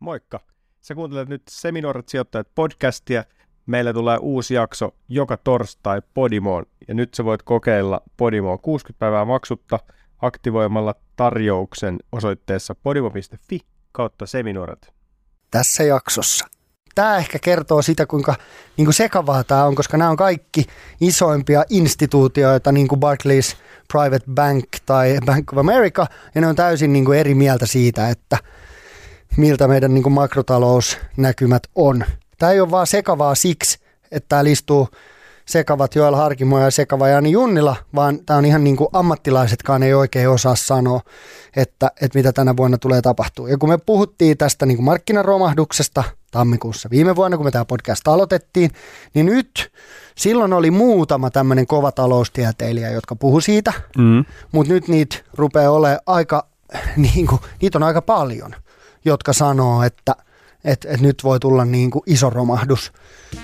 Moikka! Sä kuuntelet nyt Seminuoret sijoittajat podcastia. Meillä tulee uusi jakso joka torstai Podimoon. Ja nyt sä voit kokeilla Podimoa 60 päivää maksutta aktivoimalla tarjouksen osoitteessa podimo.fi/seminuoret. Tässä jaksossa. Tämä ehkä kertoo sitä, kuinka sekavaa tämä on, koska nämä on kaikki isoimpia instituutioita, niin kuin Barclays Private Bank tai Bank of America, ja ne on täysin eri mieltä siitä, että miltä meidän makrotalousnäkymät on. Tämä ei ole vaan sekavaa siksi, että täällä istuu sekavat Joel Harkimo ja sekava Jani Junnila, vaan tämä on ihan ammattilaisetkaan ei oikein osaa sanoa, että mitä tänä vuonna tulee tapahtua. Ja kun me puhuttiin tästä markkinaromahduksesta tammikuussa viime vuonna, kun me tämä podcast aloitettiin, niin nyt silloin oli muutama tämmöinen kova taloustieteilijä, jotka puhu siitä, mutta nyt niitä rupeaa olemaan niitä on aika paljon, jotka sanoo, että nyt voi tulla iso romahdus.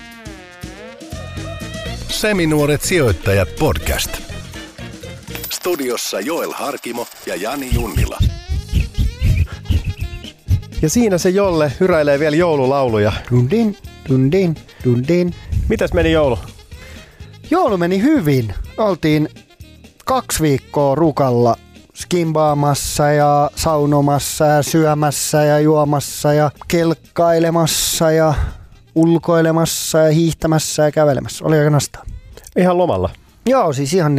Seminuoret sijoittajat podcast. Studiossa Joel Harkimo ja Jani Junnila. Ja siinä se Jolle hyräilee vielä joululauluja. Dundin, dundin, dundin. Mitäs meni joulu? Joulu meni hyvin. Oltiin 2 viikkoa rukalla skimbaamassa ja saunomassa ja syömässä ja juomassa ja kelkkailemassa ja ulkoilemassa ja hiihtämässä ja kävelemässä. Oli aika nastaa. Ihan lomalla? Joo, siis ihan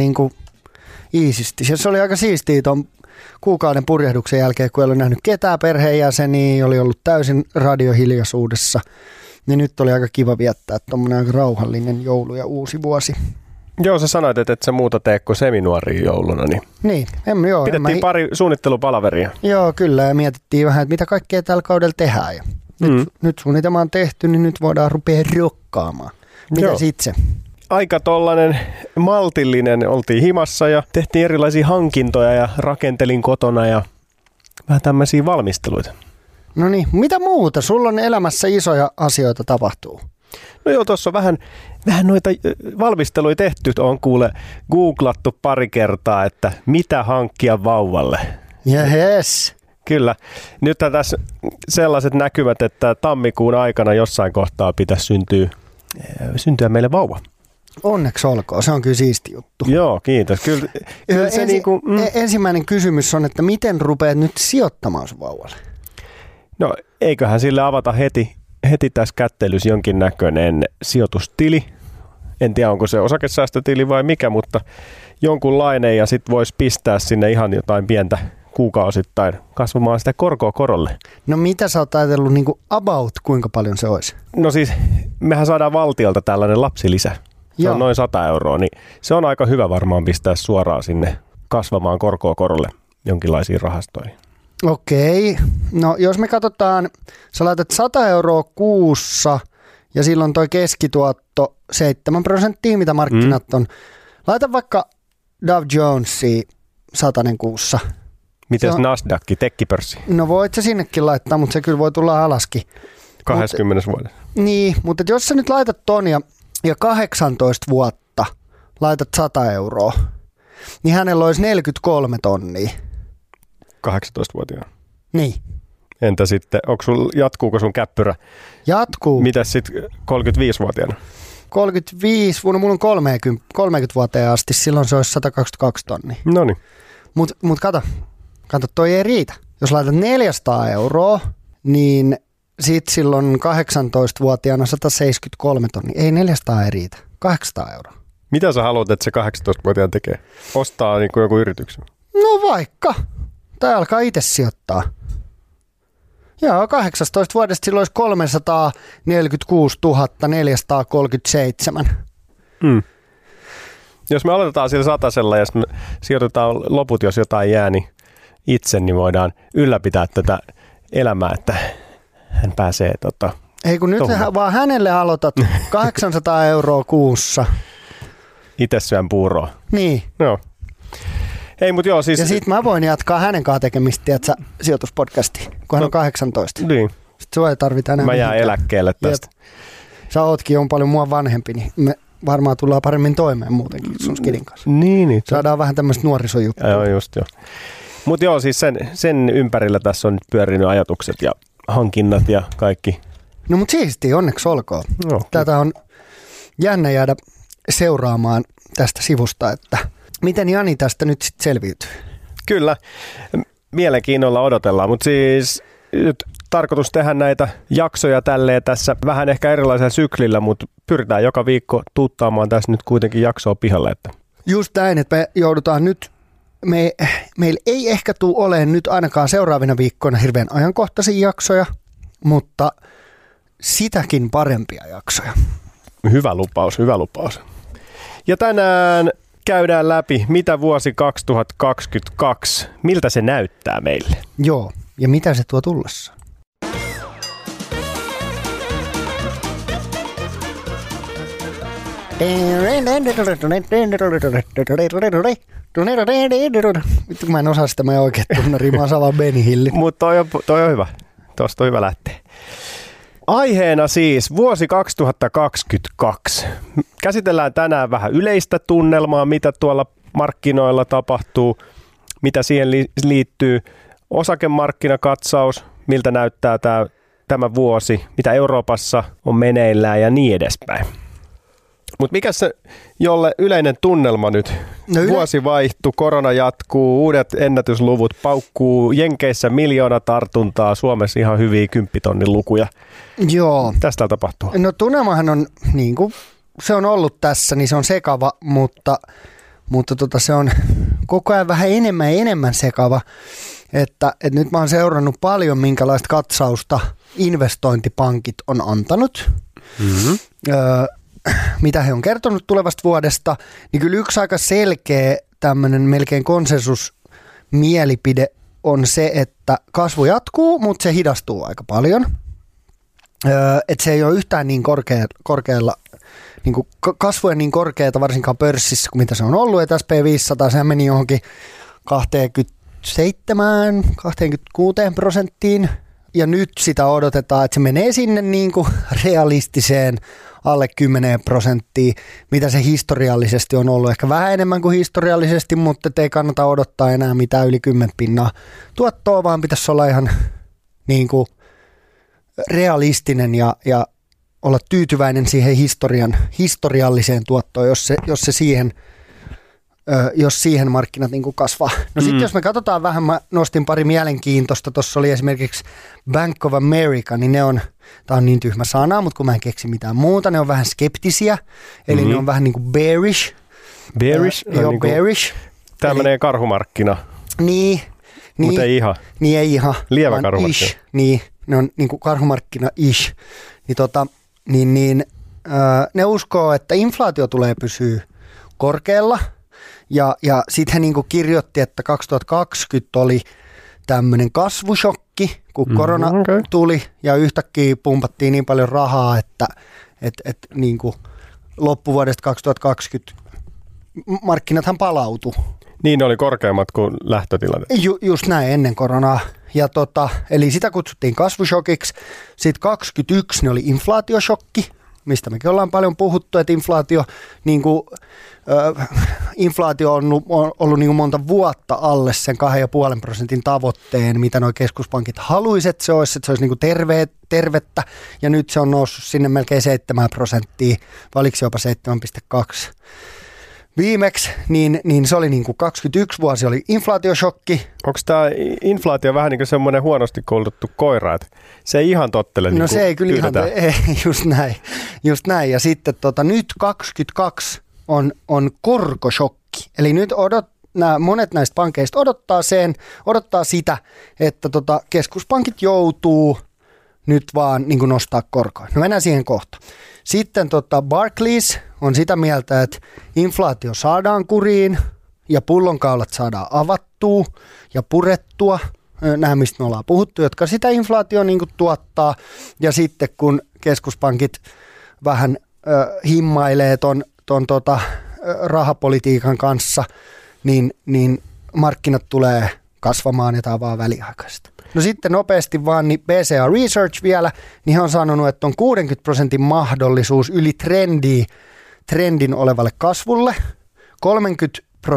iisisti. Se oli aika siistiä ton kuukauden purjehduksen jälkeen, kun ei ollut nähnyt ketään perheenjäseniä, oli ollut täysin radiohiljaisuudessa. Niin nyt oli aika kiva viettää tommonen aika rauhallinen joulu ja uusi vuosi. Joo, sä sanoit, että et sä muuta tee kuin seminuoria jouluna. Niin. Pidettiin pari suunnittelupalaveria. Joo, kyllä. Ja mietittiin vähän, että mitä kaikkea tällä kaudella tehdään. Ja nyt suunnitelma on tehty, niin nyt voidaan rupea rokkaamaan. Mitäs itse? Aika tollainen maltillinen. Oltiin himassa ja tehtiin erilaisia hankintoja ja rakentelin kotona ja vähän tämmöisiä valmisteluita. No niin, mitä muuta? Sulla on elämässä isoja asioita tapahtuu. No joo, tuossa on vähän noita valmisteluja tehty. On kuule googlattu pari kertaa, että mitä hankkia vauvalle. Yes. Kyllä. Nythän tässä sellaiset näkymät, että tammikuun aikana jossain kohtaa pitäisi syntyä meille vauva. Onneksi olkoon, se on kyllä siisti juttu. Joo, kiitos. Kyllä se ensimmäinen kysymys on, että miten rupeat nyt sijoittamaan sun vauvalle? No eiköhän sille avata heti tässä kättelyssä jonkinnäköinen sijoitustili. En tiedä, onko se osakesäästötili vai mikä, mutta jonkunlainen ja sitten voisi pistää sinne ihan jotain pientä kuukausittain kasvamaan sitä korkoa korolle. No mitä sä oot ajatellut about kuinka paljon se olisi? No siis mehän saadaan valtiolta tällainen lapsilisä. Se on noin 100 €, niin se on aika hyvä varmaan pistää suoraan sinne kasvamaan korkoa korolle jonkinlaisiin rahastoihin. Okei. No jos me katsotaan, sä laitat 100 € kuussa ja silloin toi keskituotto 7%, mitä markkinat on. Laita vaikka Dow Jonesia 100 kuussa. Mites Nasdaq, tekkipörssi? No voit sä sinnekin laittaa, mutta se kyllä voi tulla alaskin. 20 vuodessa. Niin, mutta jos sä nyt laitat ton ja 18 vuotta laitat 100 €, niin hänellä olisi 43 tonnia. 18-vuotiaana. Niin. Entä sitten, jatkuuko sun käppyrä? Jatkuu. Mitäs sitten 35-vuotiaana? 35, mulla on 30 vuoteen asti, silloin se olisi 122 tonnia. Noniin. Mut kato, toi ei riitä. Jos laitat 400 €, niin sit silloin 18-vuotiaana 173 tonnia. Ei 400 ei riitä, 800 €. Mitä sä haluat, että se 18-vuotiaan tekee? Ostaa joku yrityksen? No vaikka. Tai alkaa itse sijoittaa. Joo, 18 vuodesta silloin olisi 346 437. Jos me aloitetaan sillä 100 ja me sijoitetaan loput, jos jotain jää, niin itse, niin voidaan ylläpitää tätä elämää, että hän pääsee Ei kun nyt vaan hänelle aloitat 800 € kuussa. Itse syön puuroa. Niin. Joo. Ei, mut joo, siis... Ja sit mä voin jatkaa hänen kanssa tekemistä, tiedätkö, sijoituspodcastiin, kun hän on 18. Niin. Sitten sua ei tarvita enää. Mä jään eläkkeelle tästä. Sä ootkin on paljon mua vanhempi, niin me varmaan tullaan paremmin toimeen muutenkin sun skidin kanssa. Niin. Saadaan vähän tämmöistä nuorisojuttua. Joo, just joo. Mutta joo, siis sen ympärillä tässä on nyt pyörinyt ajatukset ja hankinnat ja kaikki. No mutta siistiä, onneksi olkoon. No, Tätä on jännä jäädä seuraamaan tästä sivusta, että miten Jani tästä nyt sitten selviytyy. Kyllä, mielenkiinnolla odotellaan, mutta siis nyt tarkoitus tehdä näitä jaksoja tälleen tässä vähän ehkä erilaisella syklillä, mutta pyritään joka viikko tuuttaamaan tässä nyt kuitenkin jaksoa pihalle. Että. Just näin, että me joudutaan nyt, meillä ei ehkä tule olemaan nyt ainakaan seuraavina viikkoina hirveän ajankohtaisia jaksoja, mutta sitäkin parempia jaksoja. Hyvä lupaus, hyvä lupaus. Ja tänään käydään läpi, mitä vuosi 2022, miltä se näyttää meille. Joo, ja mitä se tuo tullessaan? Vittu kun mä en osaa sitä, mä en oikein tunne rimaa, saa vaan Benny Hilli. Mutta toi on hyvä, tosta on hyvä lähteä. Aiheena siis vuosi 2022. Käsitellään tänään vähän yleistä tunnelmaa, mitä tuolla markkinoilla tapahtuu, mitä siihen liittyy, osakemarkkinakatsaus, miltä näyttää tämä vuosi, mitä Euroopassa on meneillään ja niin edespäin. Mutta mikä se jolle yleinen tunnelma nyt? Vuosi vaihtuu, korona jatkuu, uudet ennätysluvut paukkuu, Jenkeissä 1 miljoona tartuntaa, Suomessa ihan hyviä 10 000 lukuja. Joo. Tästä tapahtuu. No tunnelmahan on, niin kuin se on ollut tässä, niin se on sekava, mutta se on koko ajan vähän enemmän ja enemmän sekava. Että nyt mä oon seurannut paljon, minkälaista katsausta investointipankit on antanut. Mm-hmm. Mitä he on kertonut tulevasta vuodesta, niin kyllä yksi aika selkeä tämmöinen melkein konsensusmielipide on se, että kasvu jatkuu, mutta se hidastuu aika paljon. Että se ei ole yhtään niin korkealla, niin kuin kasvu ei niin korkeata varsinkaan pörssissä kuin mitä se on ollut, että SP500 se meni johonkin 27-26%, ja nyt sitä odotetaan, että se menee sinne niin kuin realistiseen alle 10%, mitä se historiallisesti on ollut. Ehkä vähän enemmän kuin historiallisesti, mutta ei kannata odottaa enää mitään yli 10% tuottoa, vaan pitäisi olla ihan niin kuin realistinen ja olla tyytyväinen siihen historialliseen tuottoon, jos siihen markkinat niin kuin kasvaa. No sitten jos me katsotaan vähän, mä nostin pari mielenkiintoista, tuossa oli esimerkiksi Bank of America, niin tämä on niin tyhmä sana, mutta kun mä en keksi mitään muuta, ne on vähän skeptisiä, eli ne on vähän niin kuin bearish. Bearish? Joo, niin bearish. Tällainen karhumarkkina. Niin. Mutta ei ihan. Niin ei ihan. Lievä karhumarkkina. Niin, ne on niin kuin karhumarkkina-ish. Ne uskoo, että inflaatio tulee pysyä korkealla. Ja sitten he niinku kirjoitti, että 2020 oli tämmöinen kasvushokki, kun korona tuli ja yhtäkkiä pumpattiin niin paljon rahaa, että niinku loppuvuodesta 2020 markkinathan palautui. Niin ne oli korkeammat kuin lähtötilanne. Just näin ennen koronaa. Ja eli sitä kutsuttiin kasvushokiksi. Sitten 2021 ne oli inflaatioshokki, mistä mekin ollaan paljon puhuttu, että inflaatio on ollut niin kuin monta vuotta alle sen 2,5% tavoitteen, mitä nuo keskuspankit haluaisivat, että se olisi niin kuin tervettä, ja nyt se on noussut sinne melkein 7%, vai oliko se jopa 7,2%. Viimeksi, niin se oli niin kuin 21 vuosi oli inflaatioshokki. Onko tämä inflaatio vähän niin kuin semmoinen huonosti koulutettu koira, että se ei ihan tottele? No se ei kyllä ihan, just näin. Ja sitten nyt 22 on korkoshokki. Eli nyt monet näistä pankeista odottaa sitä, että keskuspankit joutuu nyt vaan niin kuin nostaa korkoa. No mennään siihen kohta. Sitten Barclays on sitä mieltä, että inflaatio saadaan kuriin ja pullonkaulat saadaan avattua ja purettua. Nämä, mistä me ollaan puhuttu, jotka sitä inflaatio niin kuin tuottaa. Ja sitten kun keskuspankit vähän himmailee ton rahapolitiikan kanssa, niin markkinat tulee kasvamaan ja tämä on vaan väliaikaista. No sitten nopeasti vaan, niin BCA Research vielä, niin he on sanonut, että on 60% mahdollisuus yli trendin olevalle kasvulle, 30%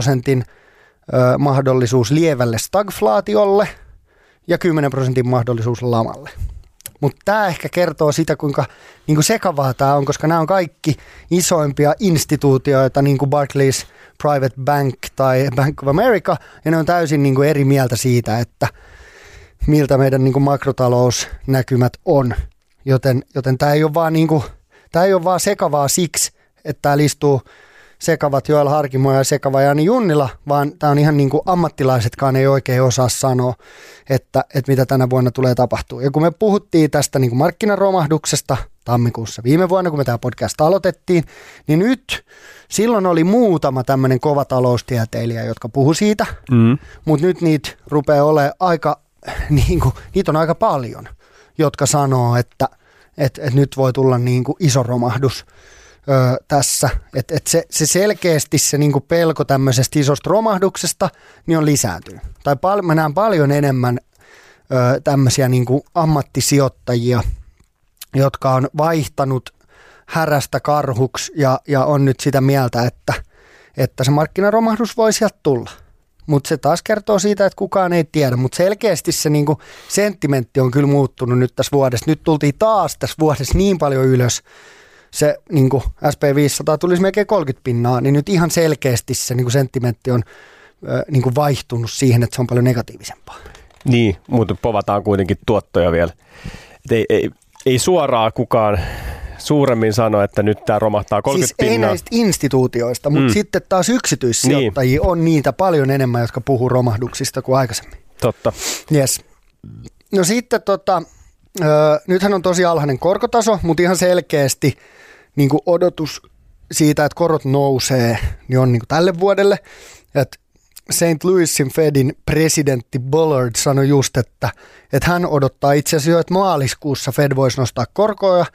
mahdollisuus lievälle stagflaatiolle ja 10% mahdollisuus lamalle. Mutta tämä ehkä kertoo sitä, kuinka niin kuin sekavaa tämä on, koska nämä on kaikki isoimpia instituutioita, niin kuin Barclays Private Bank tai Bank of America, ja ne on täysin niin kuin eri mieltä siitä, että miltä meidän niin kuin makrotalousnäkymät on. Joten tämä ei ole vaan tämä ei ole vaan sekavaa siksi, että täällä istuu sekavat Joel Harkimo ja sekava Jani Junnila, vaan tämä on ihan niin kuin ammattilaisetkaan ei oikein osaa sanoa, että mitä tänä vuonna tulee tapahtua. Ja kun me puhuttiin tästä niin kuin markkinaromahduksesta tammikuussa viime vuonna, kun me tämä podcast aloitettiin, niin nyt silloin oli muutama tämmöinen kova taloustieteilijä, jotka puhu siitä, mutta nyt niitä rupeaa olemaan niitä on aika paljon, jotka sanoo, että nyt voi tulla niin kuin iso romahdus tässä. Että se selkeästi se niin kuin pelko tämmöisestä isosta romahduksesta niin on lisääntynyt. Tai mä näen paljon enemmän tämmöisiä niin kuin ammattisijoittajia, jotka on vaihtanut härästä karhuksi ja on nyt sitä mieltä, että se markkinaromahdus voi sieltä tulla. Mutta se taas kertoo siitä, että kukaan ei tiedä, mutta selkeästi se niinku sentimentti on kyllä muuttunut nyt tässä vuodessa. Nyt tultiin taas tässä vuodessa niin paljon ylös, se niinku SP500 tulisi melkein 30%, niin nyt ihan selkeästi se niinku sentimentti on niinku vaihtunut siihen, että se on paljon negatiivisempaa. Niin, mutta povataan kuitenkin tuottoja vielä. Ei suoraan kukaan suuremmin sano, että nyt tämä romahtaa 30%. Siis ei näistä instituutioista, mutta sitten taas yksityissijoittajia on niitä paljon enemmän, jotka puhuu romahduksista kuin aikaisemmin. Totta. Yes. No sitten nythän on tosi alhainen korkotaso, mutta ihan selkeästi niin kuin odotus siitä, että korot nousee, niin on niin kuin tälle vuodelle. Että St. Louisin Fedin presidentti Bullard sanoi just, että hän odottaa itse asiassa jo, että maaliskuussa Fed voisi nostaa korkoja,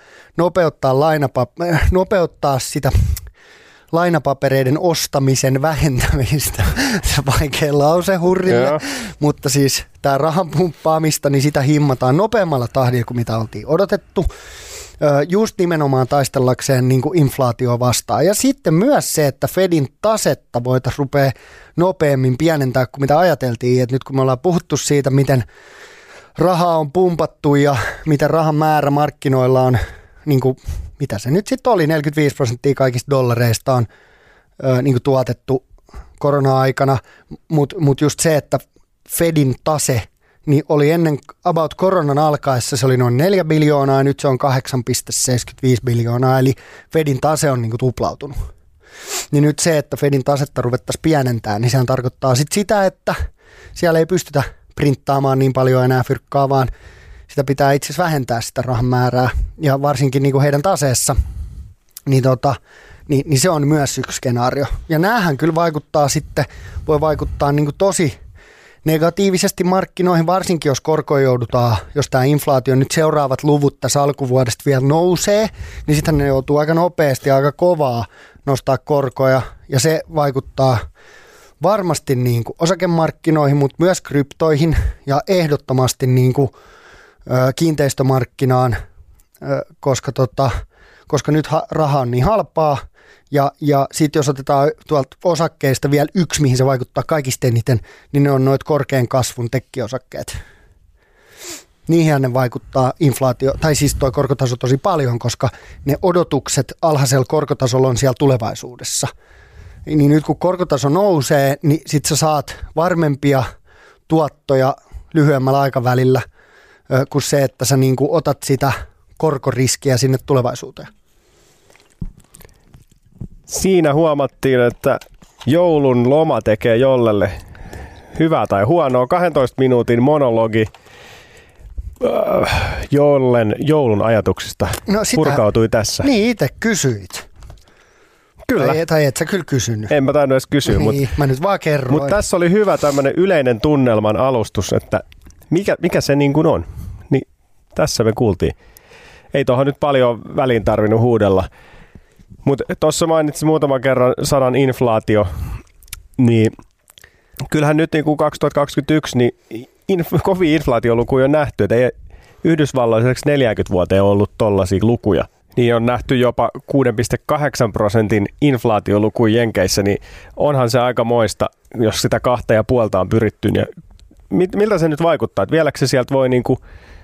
nopeuttaa sitä lainapapereiden ostamisen vähentämistä. Se vaikea lause hurrille, mutta siis tämä rahan pumppaamista, niin sitä himmataan nopeammalla tahdilla kuin mitä oltiin odotettu. Just nimenomaan taistellakseen niin kuin inflaatio vastaan. Ja sitten myös se, että Fedin tasetta voitaisiin rupea nopeammin pienentää kuin mitä ajateltiin. Et nyt kun me ollaan puhuttu siitä, miten rahaa on pumpattu ja miten rahan määrä markkinoilla on, niin kuin, mitä se nyt sitten oli, 45% kaikista dollareista on niin kuin tuotettu korona-aikana. Mutta just se, että Fedin tase niin oli ennen about koronan alkaessa se oli noin 4 biljoonaa ja nyt se on 8,75 biljoonaa, eli Fedin tase on niin kuin tuplautunut. Niin nyt se, että Fedin tasetta ruvettaisiin pienentää, niin sehän tarkoittaa sit sitä, että siellä ei pystytä printtaamaan niin paljon enää fyrkkaa, vaan sitä pitää itse asiassa vähentää sitä rahan määrää ja varsinkin niin kuin heidän taseessa, niin se on myös yksi skenaario. Ja näähän kyllä voi vaikuttaa niin kuin tosi negatiivisesti markkinoihin, varsinkin jos korkoja joudutaan, jos tämä inflaatio nyt seuraavat luvut tässä alkuvuodesta vielä nousee, niin sitten ne joutuu aika nopeasti ja aika kovaa nostaa korkoja ja se vaikuttaa varmasti niin kuin osakemarkkinoihin, mutta myös kryptoihin ja ehdottomasti niin kuin kiinteistömarkkinaan, koska nyt raha on niin halpaa. Ja sitten jos otetaan tuolta osakkeista vielä yksi, mihin se vaikuttaa kaikista eniten, niin ne on noita korkean kasvun tekkiosakkeet. Niihin ne vaikuttaa inflaatio, tai siis tuo korkotaso tosi paljon, koska ne odotukset alhaisella korkotasolla on siellä tulevaisuudessa. Niin nyt kun korkotaso nousee, niin sitten sä saat varmempia tuottoja lyhyemmällä aikavälillä kuin se, että sä niin kuin otat sitä korkoriskiä sinne tulevaisuuteen. Siinä huomattiin, että joulun loma tekee jollelle hyvää tai huonoa. 12 minuutin monologi joulun ajatuksista purkautui tässä. Niin, itse kysyit. Kyllä. Tai et sä kyllä kysynyt. En mä tainnut edes kysyä. Niin, mä nyt vaan kerroin. Mutta tässä oli hyvä tämmöinen yleinen tunnelman alustus, että mikä se niin kuin on. Niin tässä me kuultiin. Ei tuohon nyt paljon väliin tarvinnut huudella. Mutta tuossa mainitsin muutaman kerran sanan inflaatio, niin kyllähän nyt niin kuin 2021 niin kovin inflaatiolukuja on nähty, että ei Yhdysvalloiseksi 40 vuoteen ollut tollaisia lukuja. Niin on nähty jopa 6,8% inflaatiolukuja Jenkeissä, niin onhan se aika moista, jos sitä 2,5 on pyritty. Ja miltä se nyt vaikuttaa? Että vieläkö se sieltä voi niin kuin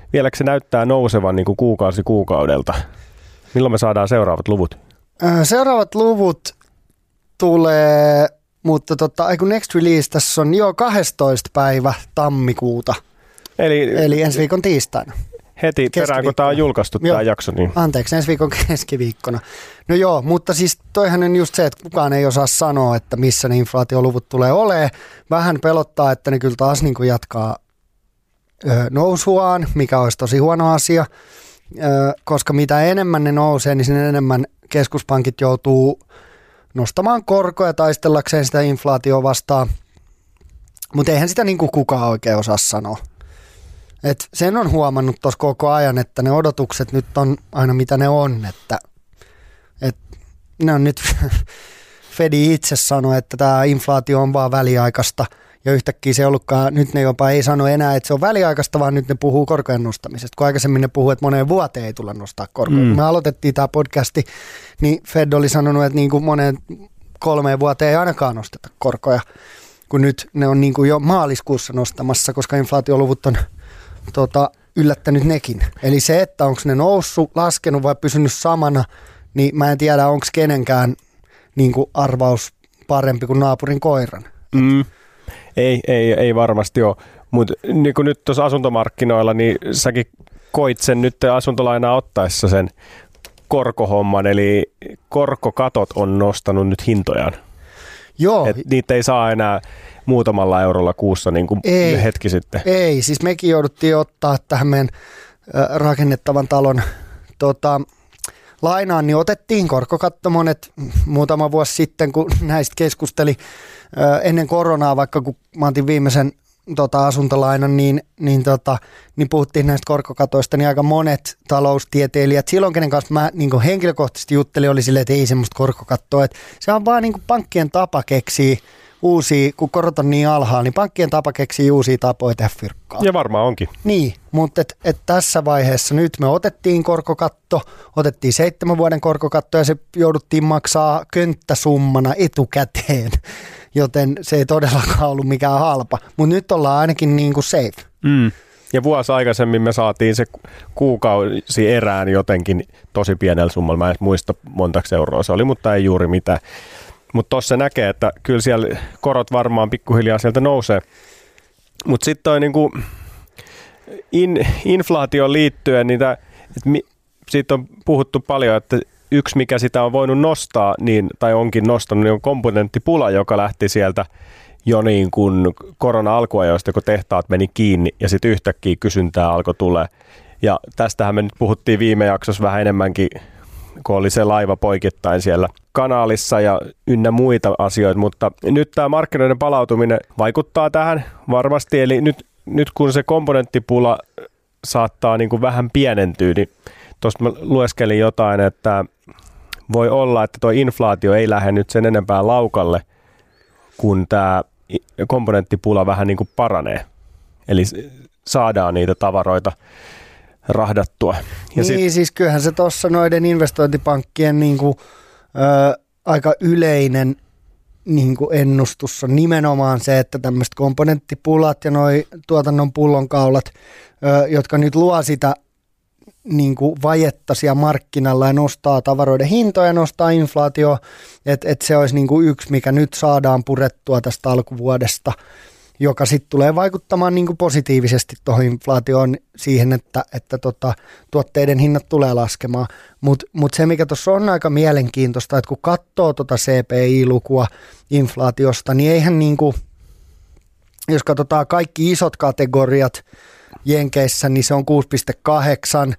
vieläkö se näyttää nousevan niin kuin kuukausi kuukaudelta? Milloin me saadaan seuraavat luvut? Seuraavat luvut tulee, mutta kun next release tässä on jo 12. päivä tammikuuta. Eli ensi viikon tiistaina. Heti perään, kun tämä on julkaistu tämä jakso. Niin. Anteeksi, ensi viikon keskiviikkona. No joo, mutta siis toihan on just se, että kukaan ei osaa sanoa, että missä ne inflaatioluvut tulee olemaan. Vähän pelottaa, että ne kyllä taas niin kuin jatkaa nousuaan, mikä olisi tosi huono asia, koska mitä enemmän ne nousee, niin sen enemmän keskuspankit joutuu nostamaan korkoja taistellakseen sitä inflaatiota vastaan. Mutta eihän sitä niin kuin kukaan oikein osaa sanoa. Et sen on huomannut tuossa koko ajan, että ne odotukset nyt on aina mitä ne on, että ne on nyt, Fedi itse sanoi, että tämä inflaatio on vaan väliaikaista ja yhtäkkiä se ollutkaan, nyt ne jopa ei sano enää, että se on väliaikaista, vaan nyt ne puhuu korkojen nostamisesta, kun aikaisemmin ne puhuu, että moneen vuoteen ei tulla nostaa korkoja. Kun me aloitettiin tämä podcasti, niin Fed oli sanonut, että niin kuin moneen 3 vuoteen ei ainakaan nosteta korkoja, kun nyt ne on niin kuin jo maaliskuussa nostamassa, koska inflaatioluvut on yllättänyt nekin. Eli se, että onko ne noussut, laskenut vai pysynyt samana, niin mä en tiedä, onko kenenkään niin kuin arvaus parempi kuin naapurin koiran. Ei varmasti ole, mutta niin kuin nyt tuossa asuntomarkkinoilla, niin säkin koit sen nyt asuntolainaa ottaessa sen korkohomman, eli korkokatot on nostanut nyt hintojaan. Joo. Et niitä ei saa enää muutamalla eurolla kuussa niin kuin hetki sitten. Ei, siis mekin jouduttiin ottaa tähän meidän rakennettavan talon lainaan, niin otettiin korkokatto monet muutama vuosi sitten, kun näistä keskusteli ennen koronaa, vaikka kun mä otin viimeisen asuntolainan, niin puhuttiin näistä korkokatoista, niin aika monet taloustieteilijät, silloin kenen kanssa mä niin henkilökohtaisesti juttelin, oli silleen, että ei semmoista korkokattoa, että se on vaan niin pankkien tapa keksiä uusia, kun korot on niin alhaalla, niin pankkien tapa keksii uusia tapoja tehdä fyrkkaa. Ja varmaan onkin. Niin, mutta tässä vaiheessa nyt me otettiin korkokatto, otettiin 7 vuoden korkokatto ja se jouduttiin maksaa könttäsummana etukäteen, joten se ei todellakaan ollut mikään halpa. Mutta nyt ollaan ainakin niin kuin safe. Ja vuosi aikaisemmin me saatiin se kuukausi erään jotenkin tosi pienellä summalla. Mä en muista montaksi euroa se oli, mutta ei juuri mitään. Mutta tuossa näkee, että kyllä siellä korot varmaan pikkuhiljaa sieltä nousee. Mutta sitten toi niinku inflaatioon liittyen, siitä on puhuttu paljon, että yksi mikä sitä on voinut nostaa, tai onkin nostanut, niin on komponenttipula, joka lähti sieltä jo niin kuin korona-alkuajoista, kun tehtaat meni kiinni ja sitten yhtäkkiä kysyntää alkoi tulee. Ja tästähän me nyt puhuttiin viime jaksossa vähän enemmänkin, kun oli se laiva poikittain siellä kanaalissa ja ynnä muita asioita, mutta nyt tämä markkinoiden palautuminen vaikuttaa tähän varmasti, eli nyt kun se komponenttipula saattaa niin kuin vähän pienentyä, niin tuosta mä lueskelin jotain, että voi olla, että tuo inflaatio ei lähde nyt sen enempää laukalle, kun tämä komponenttipula vähän niin kuin paranee, eli saadaan niitä tavaroita rahdattua. Ja niin, siis kyllähän se tuossa noiden investointipankkien niinku, aika yleinen niinku ennustus on nimenomaan se, että tämmöiset komponenttipulat ja noi tuotannon pullonkaulat, jotka nyt luo sitä niinku vajetta siellä markkinalla ja nostaa tavaroiden hintoja, nostaa inflaatio, että se olisi niinku yksi, mikä nyt saadaan purettua tästä alkuvuodesta, joka sitten tulee vaikuttamaan niinku positiivisesti tuohon inflaatioon siihen, että tuotteiden hinnat tulee laskemaan. Mut se, mikä tuossa on aika mielenkiintoista, että kun katsoo tuota CPI-lukua inflaatiosta, niin eihän niinku, jos katsotaan kaikki isot kategoriat Jenkeissä, niin se on 6,8,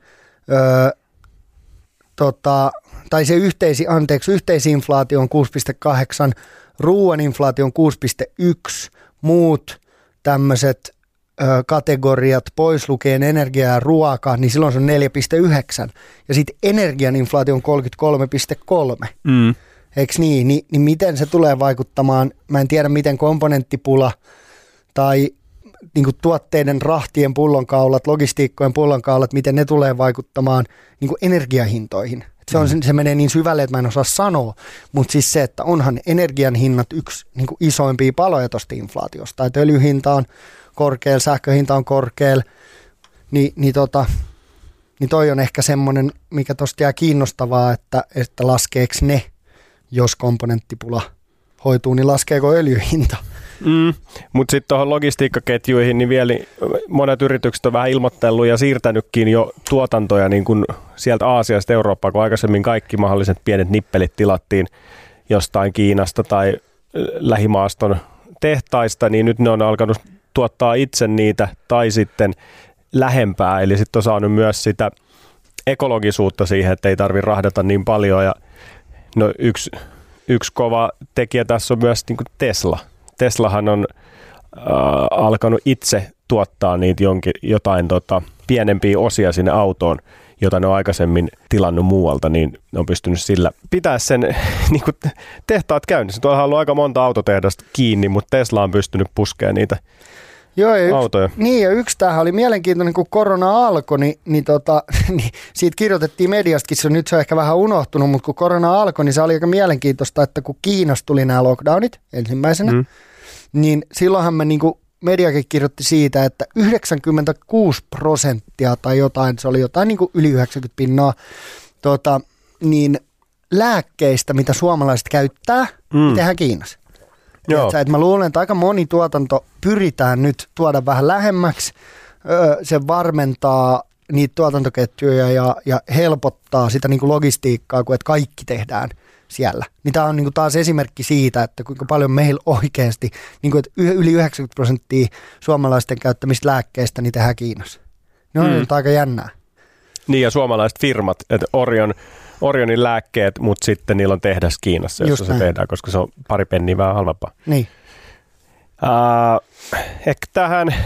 tai se yhteisinflaatio on 6,8, ruoan inflaatio on 6,1, muut tämmöiset kategoriat, pois lukien energia ja ruoka, niin silloin se on 4,9. Ja sitten energian inflaatio on 33,3. Eikö niin? Niin miten se tulee vaikuttamaan? Mä en tiedä, miten komponenttipula tai niin kuin tuotteiden rahtien pullonkaulat, logistiikkojen pullonkaulat, miten ne tulee vaikuttamaan niin kuin energiahintoihin. Se menee niin syvälle, että mä en osaa sanoa, mutta siis se, että onhan energian hinnat yksi niin kuin isoimpia paloja tuosta inflaatiosta. Että öljyhinta on korkealla, sähköhinta on korkealla, Niin toi on ehkä semmoinen, mikä tosta jää kiinnostavaa, että laskeeko ne, jos komponenttipula hoituu, niin laskeeko öljyhinta? Mutta sitten tuohon logistiikkaketjuihin, niin vielä monet yritykset on vähän ilmoittellut ja siirtänytkin jo tuotantoja niin kun sieltä Aasiasta Eurooppaan, kun aikaisemmin kaikki mahdolliset pienet nippelit tilattiin jostain Kiinasta tai lähimaaston tehtaista, niin nyt ne on alkanut tuottaa itse niitä tai sitten lähempää, eli sitten on saanut myös sitä ekologisuutta siihen, että ei tarvitse rahdata niin paljon. Ja no yksi kova tekijä tässä on myös niin kuin Tesla. Teslahan on alkanut itse tuottaa niitä jotain pienempiä osia sinne autoon, jota ne on aikaisemmin tilannut muualta, niin ne on pystynyt sillä pitää sen niin kuin tehtaat käynnissä. Tuolla on ollut aika monta autotehdasta kiinni, mutta Tesla on pystynyt puskemaan niitä autoja. Ja yksi tämähän oli mielenkiintoinen, kun korona alkoi, niin siitä kirjoitettiin mediastakin, nyt se on ehkä vähän unohtunut, mutta kun korona alkoi, niin se oli aika mielenkiintoista, että kun Kiinassa tuli nämä lockdownit ensimmäisenä, niin silloinhan me mediakin kirjoitti siitä, että 96% tai jotain, se oli jotain niin kuin yli 90%, niin lääkkeistä, mitä suomalaiset käyttää, tehdään Kiinassa. Että mä luulen, että aika moni tuotanto pyritään nyt tuoda vähän lähemmäksi. Se varmentaa niitä tuotantoketjuja ja helpottaa sitä niin kuin logistiikkaa, kun että kaikki tehdään siellä. Niin tämä on niin kuin taas esimerkki siitä, että kuinka paljon meillä oikeasti, niin kuin, että yli 90% suomalaisten käyttämistä lääkkeistä niin tehdään Kiinassa. Ne on aika jännää. Niin ja suomalaiset firmat, että Orionin lääkkeet, mutta sitten niillä on tehdas Kiinassa, jossa se tehdään, koska se on pari penniä vähän halvempaa. Niin. Ehkä tähän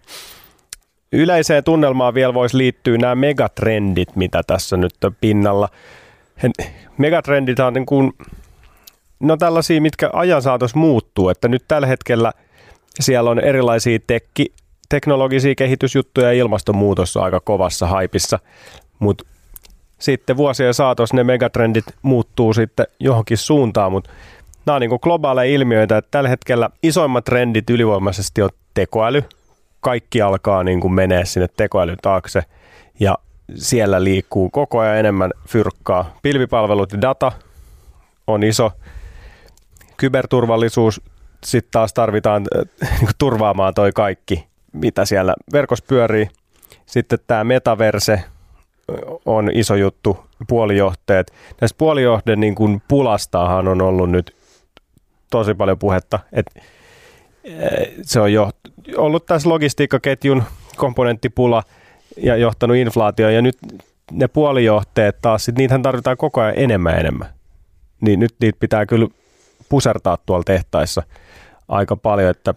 yleiseen tunnelmaan vielä voisi liittyä nämä megatrendit, mitä tässä nyt on pinnalla. Megatrendit on niin kuin, no tällaisia, mitkä ajan saatossa muuttuu, että nyt tällä hetkellä siellä on erilaisia teknologisia kehitysjuttuja ja ilmastonmuutos on aika kovassa haipissa, mutta sitten vuosien saatossa ne megatrendit muuttuu sitten johonkin suuntaan, mutta nämä on niin kuin globaaleja ilmiöitä, että tällä hetkellä isoimmat trendit ylivoimaisesti on tekoäly. Kaikki alkaa niin kuin menee sinne tekoälyn taakse ja siellä liikkuu koko ajan enemmän fyrkkaa. Pilvipalvelut ja data on iso. Kyberturvallisuus sitten taas tarvitaan turvaamaan toi kaikki, mitä siellä verkossa pyörii. Sitten tämä metaverse on iso juttu, puolijohteet. Näistä puolijohteen niin kuin pulastahan on ollut nyt tosi paljon puhetta, että se on jo ollut tässä logistiikkaketjun komponenttipula ja johtanut inflaatioon, ja nyt ne puolijohteet taas, niitähän tarvitaan koko ajan enemmän. Niin nyt niitä pitää kyllä pusertaa tuolla tehtaissa aika paljon, että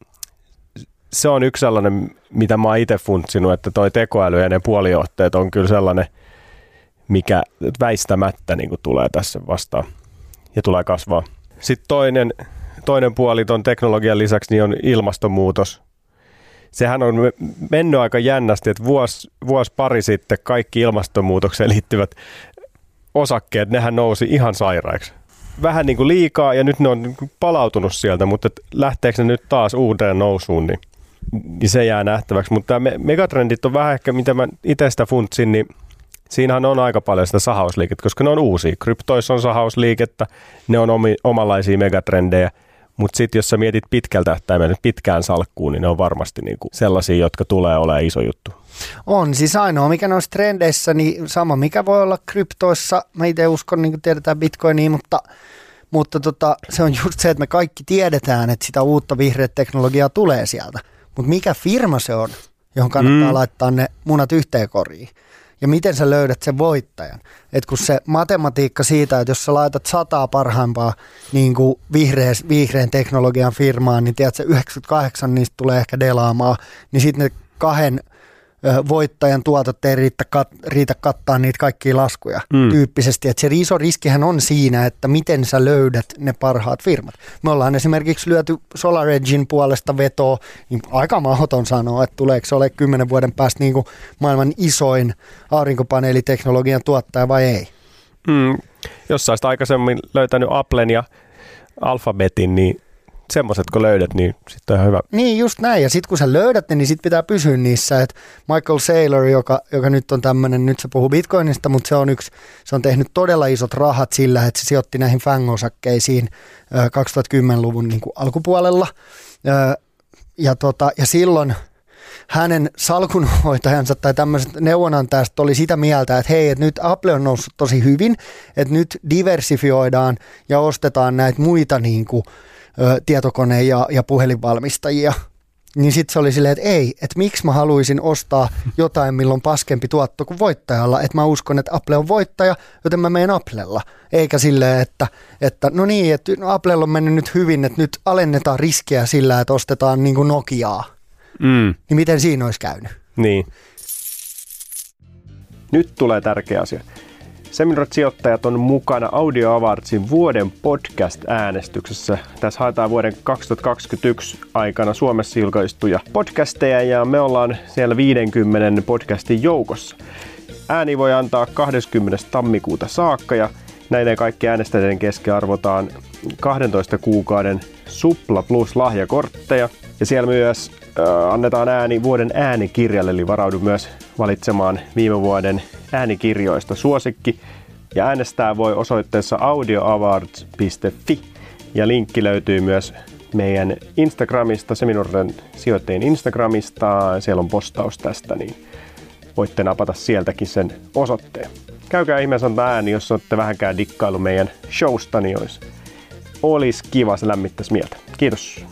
se on yksi sellainen, mitä mä oon itse funtsinut, että toi tekoäly ja ne puolijohteet on kyllä sellainen, mikä väistämättä niin kuin tulee tässä vastaan ja tulee kasvaa. Sitten toinen puoli ton teknologian lisäksi niin on ilmastonmuutos. Sehän on mennyt aika jännästi, että vuosi pari sitten kaikki ilmastonmuutokseen liittyvät osakkeet, nehän nousi ihan sairaiksi. Vähän niin kuin liikaa ja nyt ne on palautunut sieltä, mutta lähteekö ne nyt taas uuteen nousuun, niin se jää nähtäväksi. Mutta tämä megatrendit on vähän ehkä, mitä mä itse sitä funtsin, niin siinähän on aika paljon sitä sahausliikettä, koska ne on uusia. Kryptoissa on sahausliikettä, ne on omanlaisia megatrendejä, mutta sitten jos sä mietit pitkältä tähtäimellä pitkään salkkuun, niin ne on varmasti niinku sellaisia, jotka tulee olemaan iso juttu. On siis ainoa, mikä noissa trendeissä, niin sama mikä voi olla kryptoissa. Mä itse uskon, niin kuin tiedetään bitcoiniin, mutta se on just se, että me kaikki tiedetään, että sitä uutta vihreät teknologiaa tulee sieltä. Mutta mikä firma se on, johon kannattaa laittaa ne munat yhteen koriin? Ja miten sä löydät sen voittajan? Et kun se matematiikka siitä, että jos sä laitat 100 parhaimpaa niin kuin vihreän teknologian firmaan, niin tiedät, 98 niistä tulee ehkä delaamaan, niin sitten ne 2 voittajan tuotot ei riitä kattaa niitä kaikkia laskuja tyyppisesti. Että se iso riskihän on siinä, että miten sä löydät ne parhaat firmat. Me ollaan esimerkiksi lyöty SolarEdgen puolesta vetoa, niin aika mahdoton sanoa, että tuleeko se ole 10 vuoden päästä niin kuin maailman isoin aurinkopaneeliteknologian tuottaja vai ei. Jos sä olisit aikaisemmin löytänyt Applen ja Alphabetin, niin semmoiset kun löydät, niin sitten on ihan hyvä. Niin, just näin. Ja sitten kun sä löydät ne, niin sitten pitää pysyä niissä. Et Michael Saylor, joka nyt on tämmöinen, nyt se puhuu Bitcoinista, mutta se on tehnyt todella isot rahat sillä, että se sijoitti näihin FANG-osakkeisiin 2010-luvun niin kuin alkupuolella. Ja silloin hänen salkunhoitajansa tai tämmöiset neuvonantajat oli sitä mieltä, että hei, että nyt Apple on noussut tosi hyvin, että nyt diversifioidaan ja ostetaan näitä muita niin kuin tietokone- ja puhelinvalmistajia. Niin sitten se oli silleen, että ei, että miksi mä haluaisin ostaa jotain, milloin on paskempi tuotto kuin voittajalla. Että mä uskon, että Apple on voittaja, joten mä menen Applella. Eikä silleen, että no niin, että Applella on mennyt nyt hyvin, että nyt alennetaan riskejä sillä, että ostetaan niin kuin Nokiaa. Niin miten siinä olisi käynyt? Niin. Nyt tulee tärkeä asia. Seminuoret-sijoittajat on mukana Audio Awardsin vuoden podcast-äänestyksessä. Tässä haetaan vuoden 2021 aikana Suomessa julkaistuja podcasteja ja me ollaan siellä 50 podcastin joukossa. Ääni voi antaa 20. tammikuuta saakka ja näiden kaikki äänestäjien keskiarvotaan 12 kuukauden Supla Plus lahjakortteja. Ja siellä myös annetaan ääni vuoden äänikirjalle, eli varaudu myös valitsemaan viime vuoden äänikirjoista suosikki. Ja äänestää voi osoitteessa audioawards.fi. Ja linkki löytyy myös meidän Instagramista, Seminuorten sijoittajien Instagramista. Siellä on postaus tästä, niin voitte napata sieltäkin sen osoitteen. Käykää ihmeessä antaa ääni, jos olette vähänkään dikkailu meidän showsta, niin olisi kiva, se lämmittäisi mieltä. Kiitos.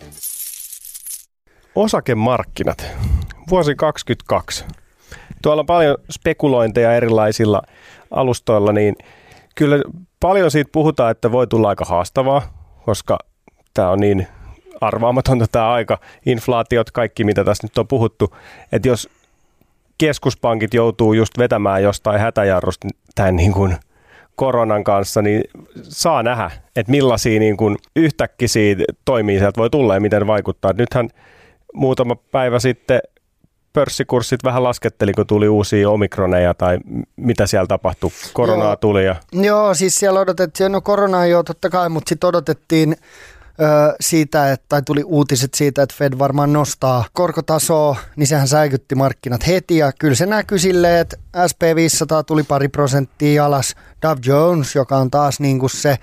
Osakemarkkinat. Vuosi 2022. Tuolla on paljon spekulointeja erilaisilla alustoilla, niin kyllä paljon siitä puhutaan, että voi tulla aika haastavaa, koska tämä on niin arvaamatonta tämä aika, inflaatiot, kaikki mitä tässä nyt on puhuttu, että jos keskuspankit joutuu just vetämään jostain hätäjarrusta tämän niin kuin koronan kanssa, niin saa nähdä, että millaisia niin kuin yhtäkkisiä toimia sieltä voi tulla ja miten ne vaikuttaa. Nythän muutama päivä sitten pörssikurssit vähän lasketteli, kun tuli uusia omikroneja tai mitä siellä tapahtui. Koronaa tuli. Joo, siis siellä odotettiin, no koronaa joo totta kai, mutta sitten odotettiin siitä, tai tuli uutiset siitä, että Fed varmaan nostaa korkotasoa, niin sehän säikytti markkinat heti ja kyllä se näkyy silleen, että SP500 tuli 2% alas, Dow Jones, joka on taas niin kuin se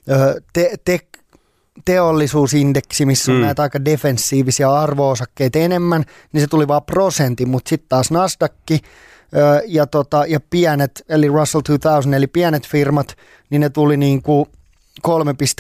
teollisuusindeksi, missä on näitä aika defensiivisiä arvo-osakkeita enemmän, niin se tuli vaan 1%, mutta sitten taas Nasdaq ja pienet, eli Russell 2000, eli pienet firmat, niin ne tuli niin kuin 3,3%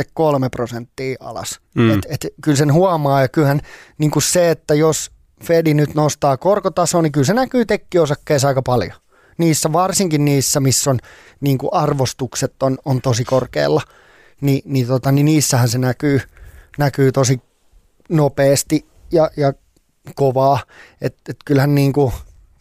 alas. Et kyllä sen huomaa ja kyllähän niin kuin se, että jos Fedi nyt nostaa korkotasoa, niin kyllä se näkyy tekkiosakkeissa aika paljon. Varsinkin niissä, missä on niin kuin arvostukset on tosi korkealla. Niin niissähän se näkyy tosi nopeasti ja kovaa. Et kyllähän niin kuin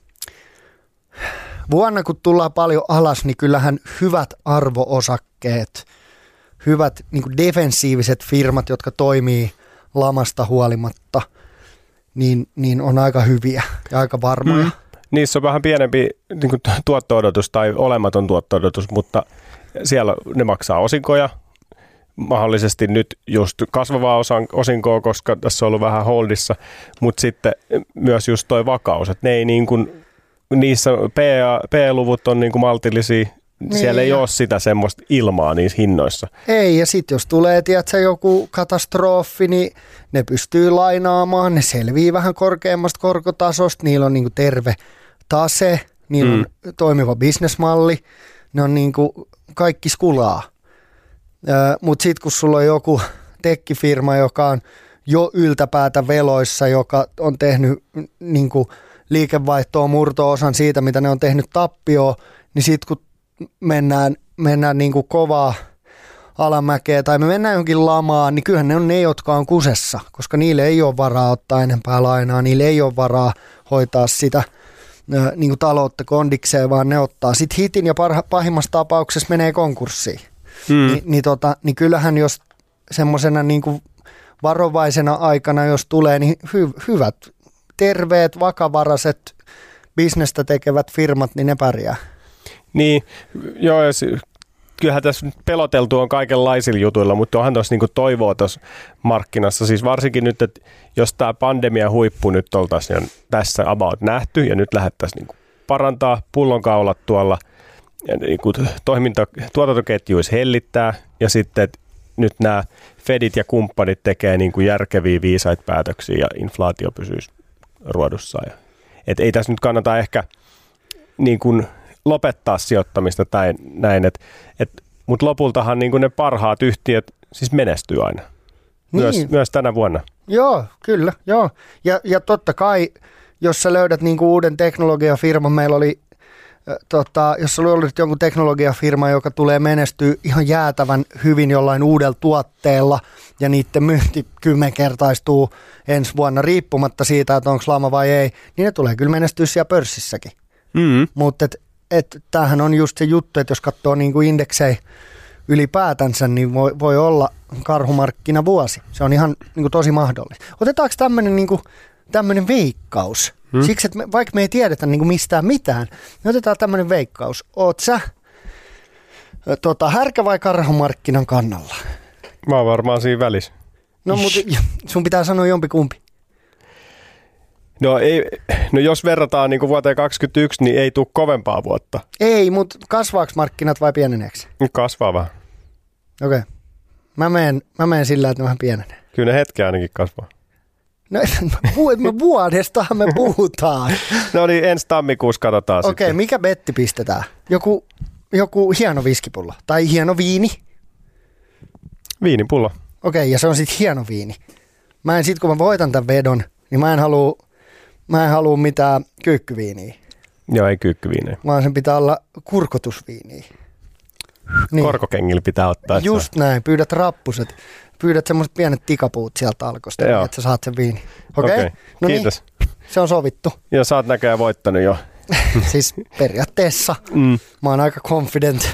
vuonna kun tullaan paljon alas, niin kyllähän hyvät arvo-osakkeet, hyvät niin kuin defensiiviset firmat, jotka toimii lamasta huolimatta, niin on aika hyviä ja aika varmoja. Niissä on vähän pienempi niin kuin tuotto-odotus tai olematon tuotto-odotus, mutta siellä ne maksaa osinkoja. Mahdollisesti nyt just kasvavaa osinkoa, koska tässä on ollut vähän holdissa, mutta sitten myös just toi vakaus, että ne ei niin kuin, niissä P-luvut on niin kuin maltillisia, siellä ei ole sitä semmoista ilmaa niissä hinnoissa. Ei, ja sitten jos tulee, tiedätkö, joku katastrofi, niin ne pystyy lainaamaan, ne selvii vähän korkeammasta korkotasosta, niillä on niin kuin terve tase, niillä on toimiva bisnesmalli, ne on niin kuin kaikki skulaa. Mutta sitten kun sulla on joku tekkifirma, joka on jo yltäpäätä veloissa, joka on tehnyt niinku liikevaihtoa murto-osan siitä, mitä ne on tehnyt tappioon, niin sitten kun mennään niinku kovaa alamäkeä tai me mennään jonkin lamaan, niin kyllähän ne on ne, jotka on kusessa, koska niille ei ole varaa ottaa enempää lainaa, niille ei ole varaa hoitaa sitä niinku taloutta kondikseen, vaan ne ottaa sitten hitin ja pahimmassa tapauksessa menee konkurssiin. Niin kyllähän jos semmoisena niin kuin varovaisena aikana, jos tulee, niin hyvät, terveet, vakavaraiset, bisnestä tekevät firmat, niin ne pärjää. Niin, joo, ja kyllähän tässä nyt peloteltu on kaikenlaisilla jutuilla, mutta onhan tuossa niinku toivoa tuossa markkinassa. Siis varsinkin nyt, että jos tämä pandemian huippu nyt oltaisiin tässä about nähty ja nyt lähdettäisiin niinku parantaa pullonkaulat tuolla ja niinku tuotantoketjuissa hellittää ja sitten nyt nämä Fedit ja kumppanit tekee niinku järkeviä viisaita päätöksiä ja inflaatio pysyisi ruodussa. Et ei tässä nyt kannata ehkä niin kuin lopettaa sijoittamista tai näin, mutta lopultahan niin kuin ne parhaat yhtiöt siis menestyy aina, myös tänä vuonna. Joo, kyllä, joo. Ja totta kai, jos sä löydät niin kuin uuden teknologiafirman, meillä oli, jos sä löydät jonkun teknologiafirma, joka tulee menestyä ihan jäätävän hyvin jollain uudella tuotteella, ja niiden myynti 10-kertaistuu ensi vuonna riippumatta siitä, että onko lama vai ei, niin ne tulee kyllä menestyä siellä pörssissäkin. Mm-hmm. Mutta tämähän on just se juttu, että jos katsoo niin kuin indeksejä ylipäätänsä, niin voi olla karhumarkkinavuosi. Se on ihan niin kuin tosi mahdollista. Otetaanko tämmöinen veikkaus? Siksi, että vaikka me ei tiedetä niin kuin mistään mitään, niin otetaan tämmöinen veikkaus. Oot sä härkä vai karhumarkkinan kannalla? Mä oon varmaan siinä välissä. No mutta sun pitää sanoa jompikumpi. No jos verrataan niin kuin vuoteen 2021, niin ei tule kovempaa vuotta. Ei, mutta kasvaako markkinat vai pieneneekö? Kasvaa vähän. Okei. Mä menen sillä, että ne vähän pienenee. Kyllä ne hetkeä ainakin kasvaa. No vuodestahan me puhutaan. No niin, ensi tammikuussa katsotaan sitten. Okei, mikä betti pistetään? Joku hieno viskipullo tai hieno viini? Viinipullo. Okei, ja se on sitten hieno viini. Kun mä voitan tämän vedon, niin mä en halua mitään kyykkyviiniä. Joo, ei kyykkyviiniä. Vaan sen pitää olla kurkotusviiniä. Niin. Korkokengillä pitää ottaa. Just näin, pyydät rappuset. Pyydät semmoiset pienet tikapuut sieltä alkosta, niin että sä saat sen viini. Okei. No kiitos. Niin, se on sovittu. Ja sä oot näköjään voittanut jo. Siis periaatteessa. Mä oon aika confident.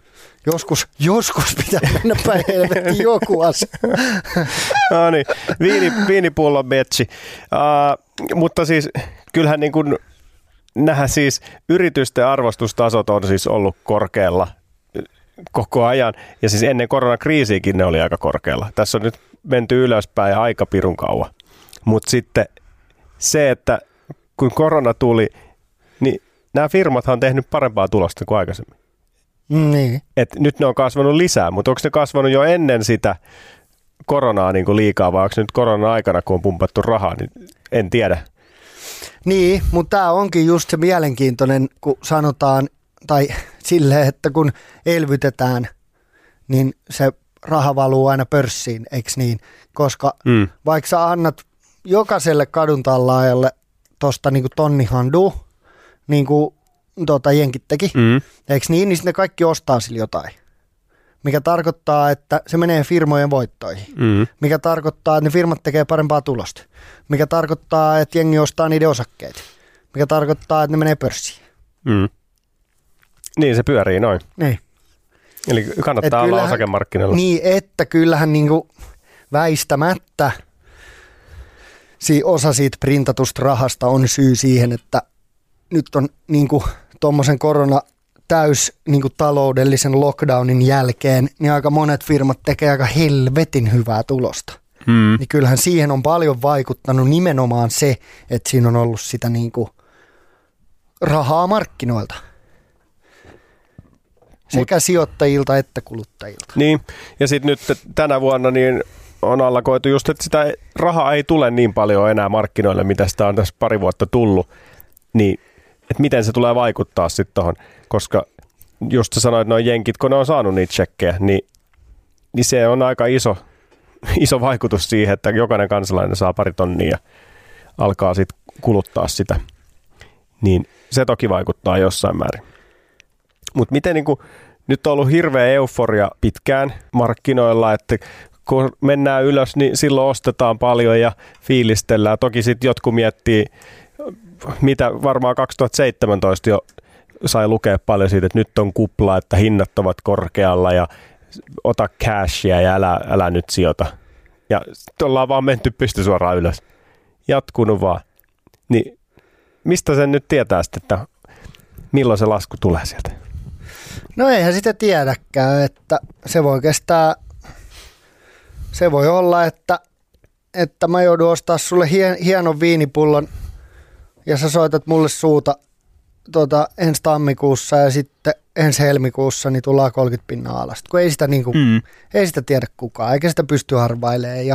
Joskus pitää mennä päin helvettiin joku asia. No niin, viinipullon metsi. Mutta siis kyllähän niin kuin nähdään siis yritysten arvostustasot on siis ollut korkealla koko ajan. Ja siis ennen koronakriisiäkin ne oli aika korkealla. Tässä on nyt menty ylöspäin aika pirun kauan. Mutta sitten se, että kun korona tuli, niin nämä firmathan on tehnyt parempaa tulosta kuin aikaisemmin. Niin. Et nyt ne on kasvanut lisää, mutta onko ne kasvanut jo ennen sitä koronaa niin kuin liikaa vai onko nyt koronan aikana, kun on pumpattu rahaa, niin en tiedä. Niin, mutta tämä onkin just se mielenkiintoinen, kun sanotaan, tai silleen, että kun elvytetään, niin se raha valuu aina pörssiin, eikö niin? Koska vaikka sä annat jokaiselle kaduntallaajalle tuosta niin kuin tonnihandua, niin kuin jenkit teki, eikö niin, niin sitten ne kaikki ostaa sille jotain. Mikä tarkoittaa, että se menee firmojen voittoihin. Mikä tarkoittaa, että ne firmat tekee parempaa tulosta. Mikä tarkoittaa, että jengi ostaa niiden osakkeet. Mikä tarkoittaa, että ne menee pörssiin. Niin se pyörii noin. Niin. Eli kannattaa olla osakemarkkinoilla. Niin, että kyllähän niinku väistämättä osa siitä printatusta rahasta on syy siihen, että nyt on niinku tuommoisen niinku taloudellisen lockdownin jälkeen, niin aika monet firmat tekee aika helvetin hyvää tulosta. Niin kyllähän siihen on paljon vaikuttanut nimenomaan se, että siinä on ollut sitä niinku rahaa markkinoilta. Sekä sijoittajilta että kuluttajilta. Niin, ja sitten nyt tänä vuonna niin on allakoitu just, että sitä rahaa ei tule niin paljon enää markkinoille, mitä sitä on tässä pari vuotta tullut. Niin, että miten se tulee vaikuttaa sitten tuohon, koska just sä sanoit, että noin jenkit, kun ne on saanut niitä tsekkejä, niin se on aika iso vaikutus siihen, että jokainen kansalainen saa pari tonnia ja alkaa sitten kuluttaa sitä. Niin se toki vaikuttaa jossain määrin. Mutta miten niinku, nyt on ollut hirveä euforia pitkään markkinoilla, että kun mennään ylös, niin silloin ostetaan paljon ja fiilistellään. Toki sitten jotkut miettii, mitä varmaan 2017 jo sai lukea paljon siitä, että nyt on kupla, että hinnat ovat korkealla ja ota cashia ja älä nyt sijoita. Ja sitten ollaan vaan menty pystysuoraan ylös. Jatkunut vaan. Niin mistä sen nyt tietää sitten, että milloin se lasku tulee sieltä? No eihän sitä tiedäkään, että se voi kestää, se voi olla, että mä joudun ostaa sulle hienon viinipullon ja sä soitat mulle suuta ensi tammikuussa ja sitten ensi helmikuussa niin tullaan 30 pinnaa alas. Kun ei sitä, ei sitä tiedä kukaan, eikä sitä pysty arvailemaan.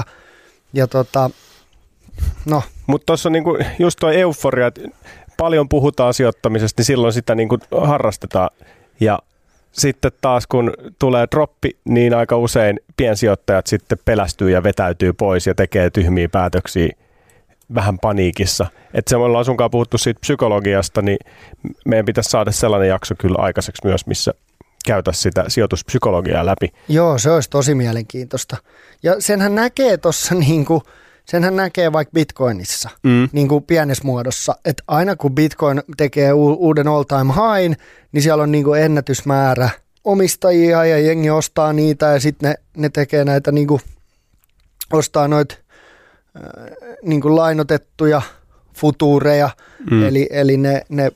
No. Mutta tuossa on niinku just tuo euforia, että paljon puhutaan sijoittamisesta, niin silloin sitä niinku harrastetaan. Ja sitten taas kun tulee droppi, niin aika usein piensijoittajat sitten pelästyy ja vetäytyy pois ja tekee tyhmiä päätöksiä vähän paniikissa. Että se me ollaan sunkaan puhuttu siitä psykologiasta, niin meidän pitäisi saada sellainen jakso kyllä aikaiseksi myös, missä käytäisiin sitä sijoituspsykologiaa läpi. Joo, se olisi tosi mielenkiintoista. Ja senhän näkee tuossa senhän näkee vaikka Bitcoinissa, niin kuin pienessä muodossa, että aina kun Bitcoin tekee uuden all-time high, niin siellä on niin kuin ennätysmäärä omistajia ja jengi ostaa niitä ja sitten ne tekee näitä, niin kuin, ostaa noita niin kuin lainotettuja futuureja, eli ne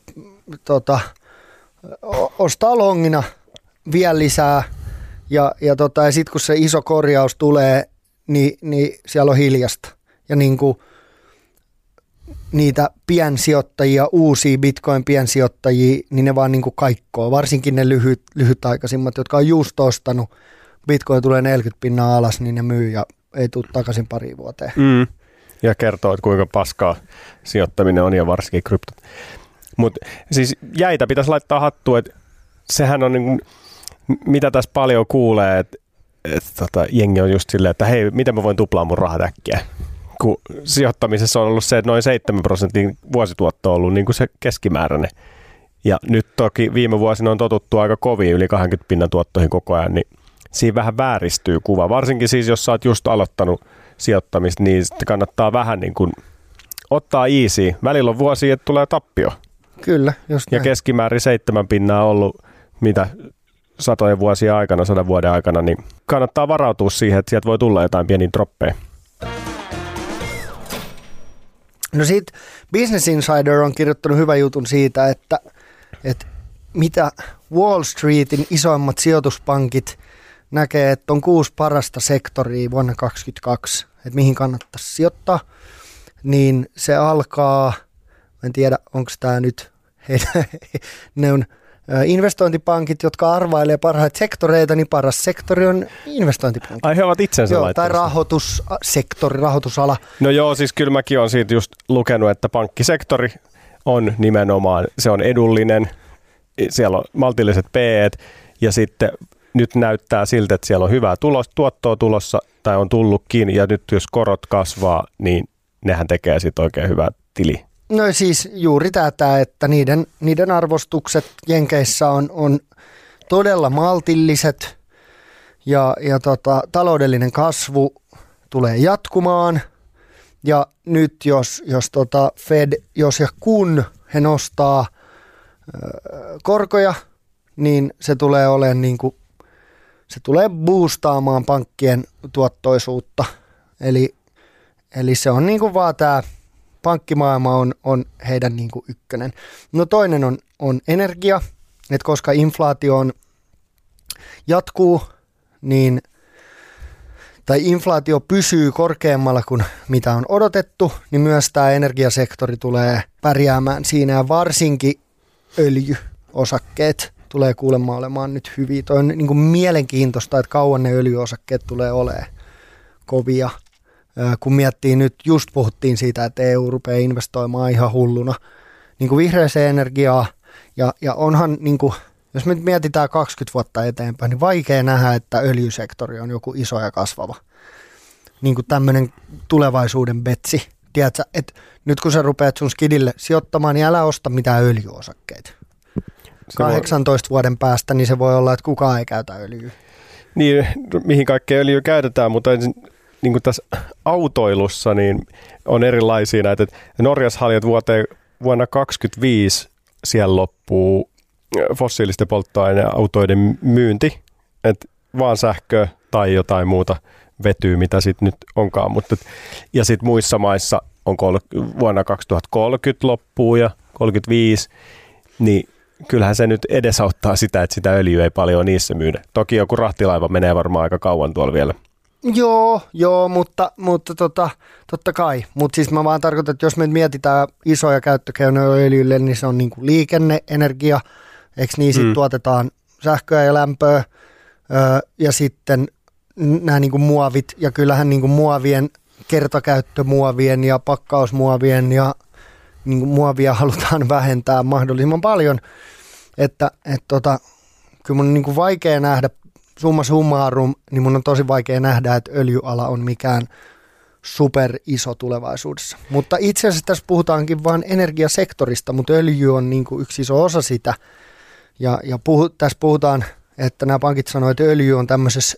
ostaa longina vielä lisää ja sitten kun se iso korjaus tulee, niin siellä on hiljasta. Ja niin kuin niitä piensijoittajia, uusia Bitcoin-piensijoittajia, niin ne vaan niin kuin kaikkoo. Varsinkin ne lyhytaikaisimmat, jotka on just ostanut. Bitcoin tulee 40 pinnaa alas, niin ne myy ja ei tule takaisin pariin vuoteen. Ja kertoo, että kuinka paskaa sijoittaminen on ja varsinkin kryptot. Mutta siis jäitä pitäisi laittaa hattuun, että sehän on niin kuin, mitä tässä paljon kuulee, että jengi on just silleen, että hei, miten mä voin tuplaa mun rahat äkkiä? Kun sijoittamisessa on ollut se, että noin 7% vuosituotto on ollut niin kuin se keskimääräinen. Ja nyt toki viime vuosina on totuttu aika kovin yli 20 pinnan tuottoihin koko ajan, niin siinä vähän vääristyy kuva. Varsinkin siis, jos sä oot just aloittanut sijoittamista, niin sitten kannattaa vähän niin kuin ottaa easy. Välillä on vuosia, että tulee tappio. Kyllä, just näin. Ja keskimäärin 7 pinnaa on ollut, mitä satojen vuosien aikana, 100 vuoden aikana, niin kannattaa varautua siihen, että sieltä voi tulla jotain pieniä droppeja. No sit Business Insider on kirjoittanut hyvän jutun siitä, että mitä Wall Streetin isoimmat sijoituspankit näkee, että on 6 parasta sektoria vuonna 2022, että mihin kannattaisi sijoittaa, niin se alkaa, en tiedä onko tämä nyt, ne on investointipankit, jotka arvailee parhaita sektoreita, niin paras sektori on investointipankki. Ai he ovat itsensä laittanut. Tai rahoitussektori, rahoitusala. No joo, siis kyllä mäkin olen siitä just lukenut, että pankkisektori on nimenomaan, se on edullinen, siellä on maltilliset P/et ja sitten nyt näyttää siltä, että siellä on hyvää tuottoa tulossa tai on tullutkin ja nyt jos korot kasvaa, niin nehän tekee sitten oikein hyvää tili. No siis juuri tätä, että niiden arvostukset Jenkeissä on todella maltilliset ja taloudellinen kasvu tulee jatkumaan. Ja nyt jos Fed, jos ja kun he nostaa korkoja, niin se tulee olemaan niin kuin, se tulee boostaamaan pankkien tuottoisuutta. Eli se on niin kuin vaan tämä pankkimaailma on heidän niin kuin ykkönen. No toinen on energia, että koska inflaatio jatkuu, niin tai inflaatio pysyy korkeammalla kuin mitä on odotettu, niin myös tämä energiasektori tulee pärjäämään siinä ja varsinkin öljyosakkeet tulee kuulemma olemaan nyt hyviä. Toi on niin kuin mielenkiintoista, että kauan ne öljyosakkeet tulee olemaan kovia. Kun miettii nyt, just puhuttiin siitä, että EU rupeaa investoimaan ihan hulluna niin kuin vihreäseen energiaa ja onhan, niin kuin, jos me nyt mietitään 20 vuotta eteenpäin, niin vaikea nähdä, että öljysektori on joku iso ja kasvava. Niin kuin tämmöinen tulevaisuuden betsi. Tiedätkö, että nyt kun sä rupeat sun skidille sijoittamaan, niin älä osta mitään öljyosakkeita. 18 vuoden päästä, niin se voi olla, että kukaan ei käytä öljyä. Niin, mihin kaikkea öljyä käytetään, mutta niin kuin tässä autoilussa niin on erilaisia näitä. Norjassa haljet vuonna 2025 siellä loppuu fossiilisten polttoaineautoiden myynti, että vaan sähköä tai jotain muuta vetyä, mitä sitten nyt onkaan. Ja sitten muissa maissa on vuonna 2030 loppuu ja 35, niin kyllähän se nyt edesauttaa sitä, että sitä öljyä ei paljon niissä myydä. Toki joku rahtilaiva menee varmaan aika kauan tuolla vielä. Joo, mutta totta kai. Mutta siis mä vaan tarkoitan, että jos me mietitään isoja käyttökeinoja öljylle, niin se on niin kuin liikenne, energia, eikö niin, sitten tuotetaan sähköä ja lämpöä, ja sitten nämä niin kuin muovit, ja kyllähän niin kuin muovien, kertakäyttömuovien ja pakkausmuovien ja niin kuin muovia halutaan vähentää mahdollisimman paljon, että kyllä mun on niin kuin vaikea nähdä, summa summarum, niin mun on tosi vaikea nähdä, että öljyala on mikään super iso tulevaisuudessa. Mutta itse asiassa tässä puhutaankin vain energiasektorista, mutta öljy on niin kuin yksi iso osa sitä. Ja tässä puhutaan, että nämä pankit sanoo, että öljy on tämmöisessä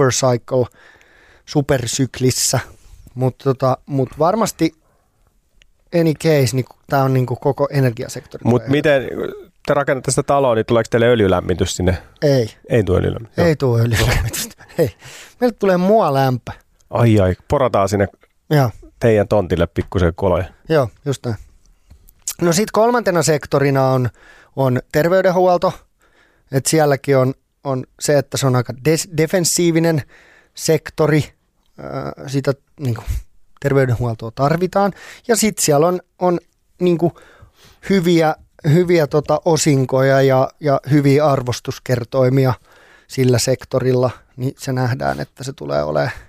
supersyklissä, mutta varmasti any case, niin tämä on niin kuin koko energiasektori. Mutta miten te rakennatte sitä taloa, niin tuleeko teille öljylämmitys sinne? Ei. Ei tule öljylämmitys? Ei tule öljylämmitystä. Ei. Meille tulee muolämpö. Ai, porataan sinne teidän tontille pikkusen koloja. Joo, just näin. No sitten kolmantena sektorina on terveydenhuolto. Että sielläkin on se, että se on aika defensiivinen sektori. Sitä niin kuin, terveydenhuoltoa tarvitaan. Ja sitten siellä on niin kuin, hyviä osinkoja ja hyviä arvostuskertoimia sillä sektorilla, niin se nähdään, että se tulee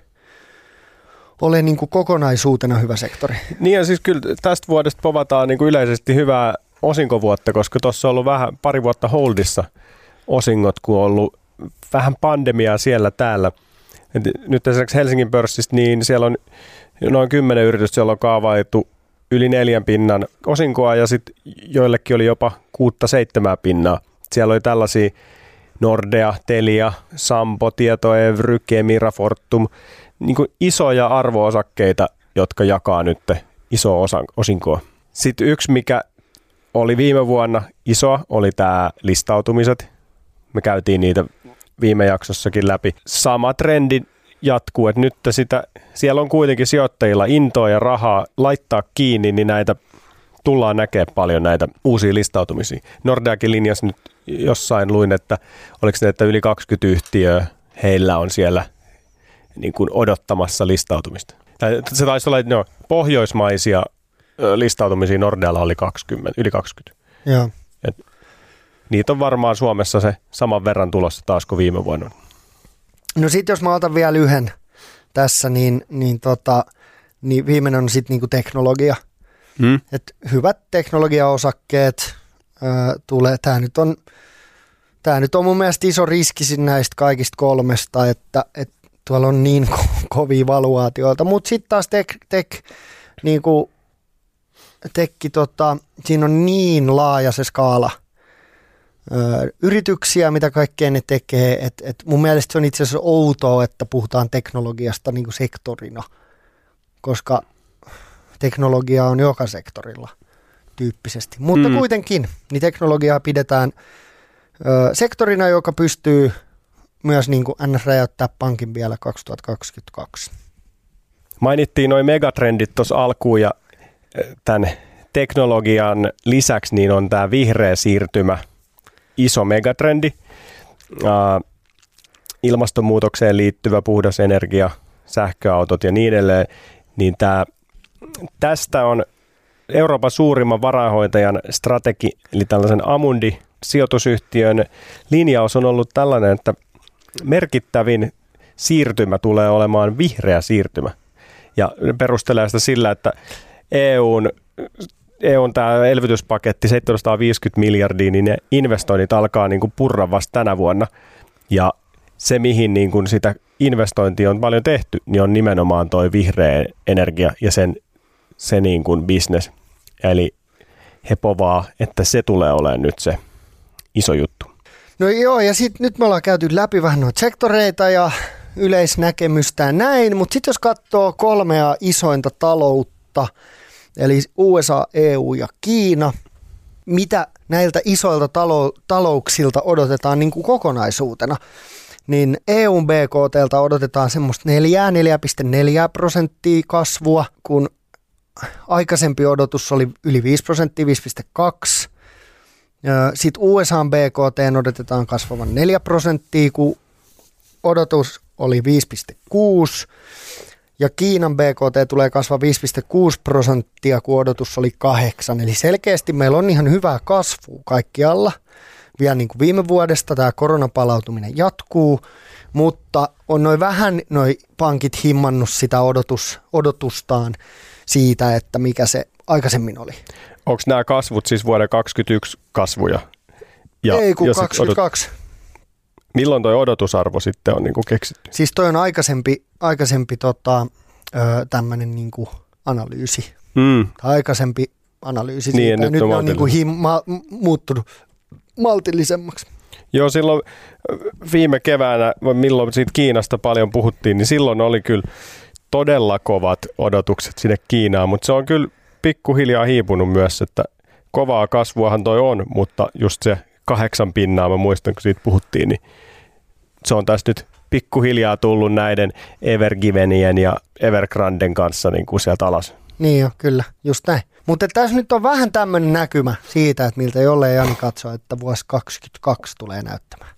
olemaan niin kuin kokonaisuutena hyvä sektori. Niin ja siis kyllä tästä vuodesta povataan niin kuin yleisesti hyvää osinkovuotta, koska tuossa on ollut pari vuotta holdissa osingot, kun on ollut vähän pandemiaa siellä täällä. Et nyt esimerkiksi Helsingin pörssistä, niin siellä on noin 10 yritystä, joilla on kaavailtu yli 4 pinnan osinkoa ja sitten joillekin oli jopa 6-7 pinnaa. Siellä oli tällaisia Nordea, Telia, Sampo, Tietoevry, Kemira, Fortum, niin kuin isoja arvo-osakkeita, jotka jakaa nyt isoa osinkoa. Sitten yksi, mikä oli viime vuonna isoa, oli tämä listautumiset. Me käytiin niitä viime jaksossakin läpi. Sama trendi jatkuu, että nyt siellä on kuitenkin sijoittajilla intoa ja rahaa laittaa kiinni, niin näitä tullaan näkemään paljon näitä uusia listautumisia. Nordeakin linjassa nyt jossain luin, että oliko ne, että yli 20 yhtiöä heillä on siellä niin kuin odottamassa listautumista. Se taisi olla, että pohjoismaisia listautumisia Nordealla oli yli 20. Joo. Niitä on varmaan Suomessa se saman verran tulossa taas kuin viime vuonna. No sitten jos mä otan vielä yhden tässä, niin viimeinen on sitten niinku teknologia. Et hyvät teknologiaosakkeet tulee. Tämä nyt on mun mielestä iso riski siinä kaikista kolmesta, että tuolla on niin kovia valuaatioita. Mutta sitten taas siinä on niin laaja se skaala yrityksiä, mitä kaikkea ne tekee. Et mun mielestä se on itse asiassa outoa, että puhutaan teknologiasta niin kuin sektorina, koska teknologia on joka sektorilla tyyppisesti. Mutta kuitenkin, niin teknologiaa pidetään sektorina, joka pystyy myös niin kuin räjäyttää pankin vielä 2022. Mainittiin noin megatrendit tuossa alkuun ja tämän teknologian lisäksi niin on tämä vihreä siirtymä, iso megatrendi, ilmastonmuutokseen liittyvä puhdas energia, sähköautot ja niin edelleen, niin tästä on Euroopan suurimman varainhoitajan strategi, eli tällaisen Amundi-sijoitusyhtiön linjaus on ollut tällainen, että merkittävin siirtymä tulee olemaan vihreä siirtymä. Ja perustelee sitä sillä, että EUn tämä elvytyspaketti 750 miljardia, niin ne investoinnit alkaa niin kuin purra vasta tänä vuonna. Ja se, mihin niin kuin sitä investointia on paljon tehty, niin on nimenomaan toi vihreä energia ja se niin kuin business. Eli he povaa, että se tulee olemaan nyt se iso juttu. No joo, ja sitten nyt me ollaan käyty läpi vähän noita sektoreita ja yleisnäkemystä ja näin, mutta sitten jos katsoo kolmea isointa taloutta, eli USA, EU ja Kiina, mitä näiltä isoilta talouksilta odotetaan niin kuin kokonaisuutena, niin EUn BKT:ltä odotetaan semmoista 4,4% kasvua, kun aikaisempi odotus oli yli 5%, 5,2%. Sitten USA:n BKT odotetaan kasvavan 4%, kun odotus oli 5,6%. Ja Kiinan BKT tulee kasvaa 5,6%, kun odotus oli 8%. Eli selkeästi meillä on ihan hyvää kasvua kaikkialla. Vielä niin kuin viime vuodesta tämä koronapalautuminen jatkuu, mutta on noi pankit himmannut sitä odotustaan siitä, että mikä se aikaisemmin oli. Onko nämä kasvut siis vuoden 2021 kasvuja? Ei, kun 2022. Milloin toi odotusarvo sitten on niin kuin keksitty? Siis toi on aikaisempi tämmöinen niin kuin analyysi. Tai aikaisempi analyysi siitä. Niin, ja nyt ne on niin kuin muuttunut maltillisemmaksi. Joo, silloin viime keväänä, milloin siitä Kiinasta paljon puhuttiin, niin silloin oli kyllä todella kovat odotukset sinne Kiinaan, mutta se on kyllä pikkuhiljaa hiipunut myös, että kovaa kasvuahan toi on, mutta just se 8%, mä muistan kun siitä puhuttiin, niin se on tässä nyt pikkuhiljaa tullut näiden Evergivenien ja Evergranden kanssa niin kuin sieltä alas. Niin jo, kyllä, just näin. Mutta tässä nyt on vähän tämmöinen näkymä siitä, että miltä Jolle ja Jani katsoo, että vuosi 2022 tulee näyttämään.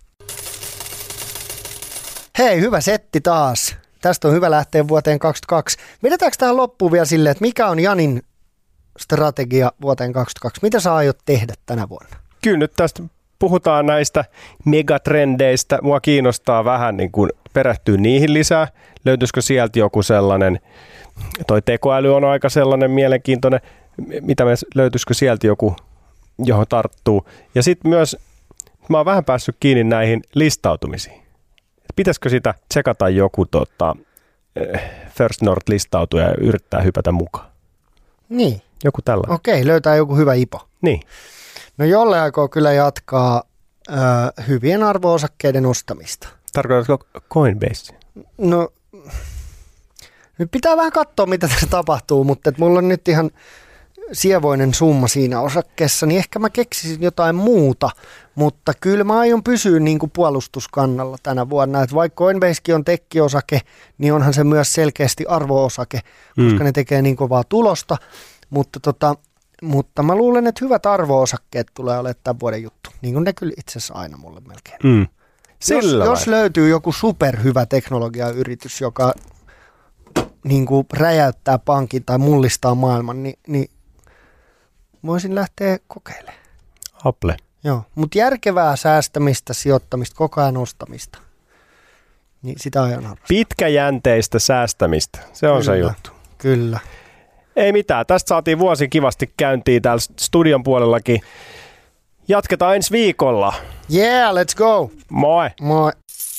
Hei, hyvä setti taas. Tästä on hyvä lähteä vuoteen 2022. Vedetäänkö tähän loppuun vielä silleen, että mikä on Janin strategia vuoteen 2022? Mitä sä aiot tehdä tänä vuonna? Kyllä nyt tästä puhutaan näistä megatrendeistä. Mua kiinnostaa vähän niin kuin perehtyä niihin lisää. Löytyisikö sieltä joku sellainen, toi tekoäly on aika sellainen mielenkiintoinen, löytyisikö sieltä joku, johon tarttuu. Ja sitten myös, mä oon vähän päässyt kiinni näihin listautumisiin. Pitäisikö sitä tsekata joku First North listautua ja yrittää hypätä mukaan? Niin. Joku tällainen. Okei, löytää joku hyvä IPO. Niin. No Jolle aikoo kyllä jatkaa hyvien arvo-osakkeiden ostamista. Tarkoitatko Coinbase? No, nyt pitää vähän katsoa, mitä tässä tapahtuu, mutta mulla on nyt ihan sievoinen summa siinä osakkeessa, niin ehkä mä keksisin jotain muuta, mutta kyllä mä aion pysyä niin kuin puolustuskannalla tänä vuonna, että vaikka Coinbasekin on tekkiosake, niin onhan se myös selkeästi arvo-osake, koska ne tekee niin kovaa tulosta, mutta mä luulen, että hyvät arvo-osakkeet tulee olemaan tämän vuoden juttu, niin kuin ne kyllä itse asiassa aina mulle melkein. Jos löytyy joku superhyvä teknologiayritys, joka niin kuin räjäyttää pankin tai mullistaa maailman, niin voisin lähteä kokeilemaan. Apple. Joo, mutta järkevää säästämistä, sijoittamista, koko ajan ostamista, niin sitä ajan harrastaa. Pitkäjänteistä säästämistä, se on kyllä, se juttu. Kyllä. Ei mitään, tästä saatiin vuosi kivasti käyntiin täällä studion puolellakin. Jatketaan ensi viikolla. Yeah, let's go. Moi. Moi.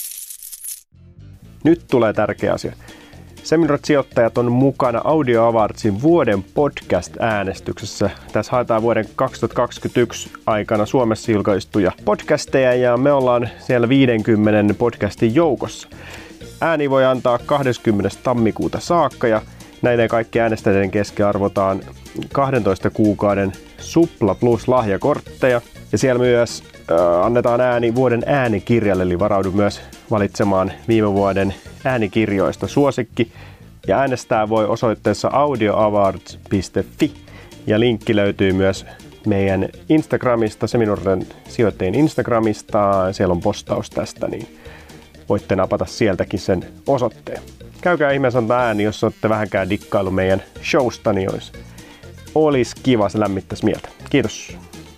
Nyt tulee tärkeä asia. Seminuoret-sijoittajat on mukana Audio Awardsin vuoden podcast-äänestyksessä. Tässä haetaan vuoden 2021 aikana Suomessa julkaistuja podcasteja ja me ollaan siellä 50 podcastin joukossa. Ääni voi antaa 20. tammikuuta saakka ja näiden kaikki äänestäjien kesken arvotaan 12 kuukauden Supla Plus lahjakortteja. Ja siellä myös annetaan ääni vuoden äänikirjalle, eli varaudu myös valitsemaan viime vuoden äänikirjoista suosikki. Ja äänestää voi osoitteessa audioawards.fi. Ja linkki löytyy myös meidän Instagramista, Seminuorten sijoittajien Instagramista. Siellä on postaus tästä, niin voitte napata sieltäkin sen osoitteen. Käykää ihmeessä antaa ääni, jos olette vähänkään dikkailu meidän showsta, niin olisi kiva, se lämmittäisi mieltä. Kiitos.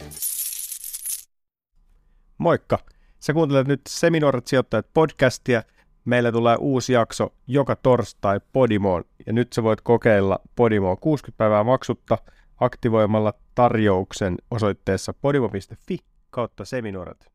Moikka! Sä kuuntelet nyt Seminuoret sijoittajat podcastia. Meillä tulee uusi jakso joka torstai Podimoon. Ja nyt sä voit kokeilla Podimoa 60 päivää maksutta aktivoimalla tarjouksen osoitteessa podimo.fi/seminuoret.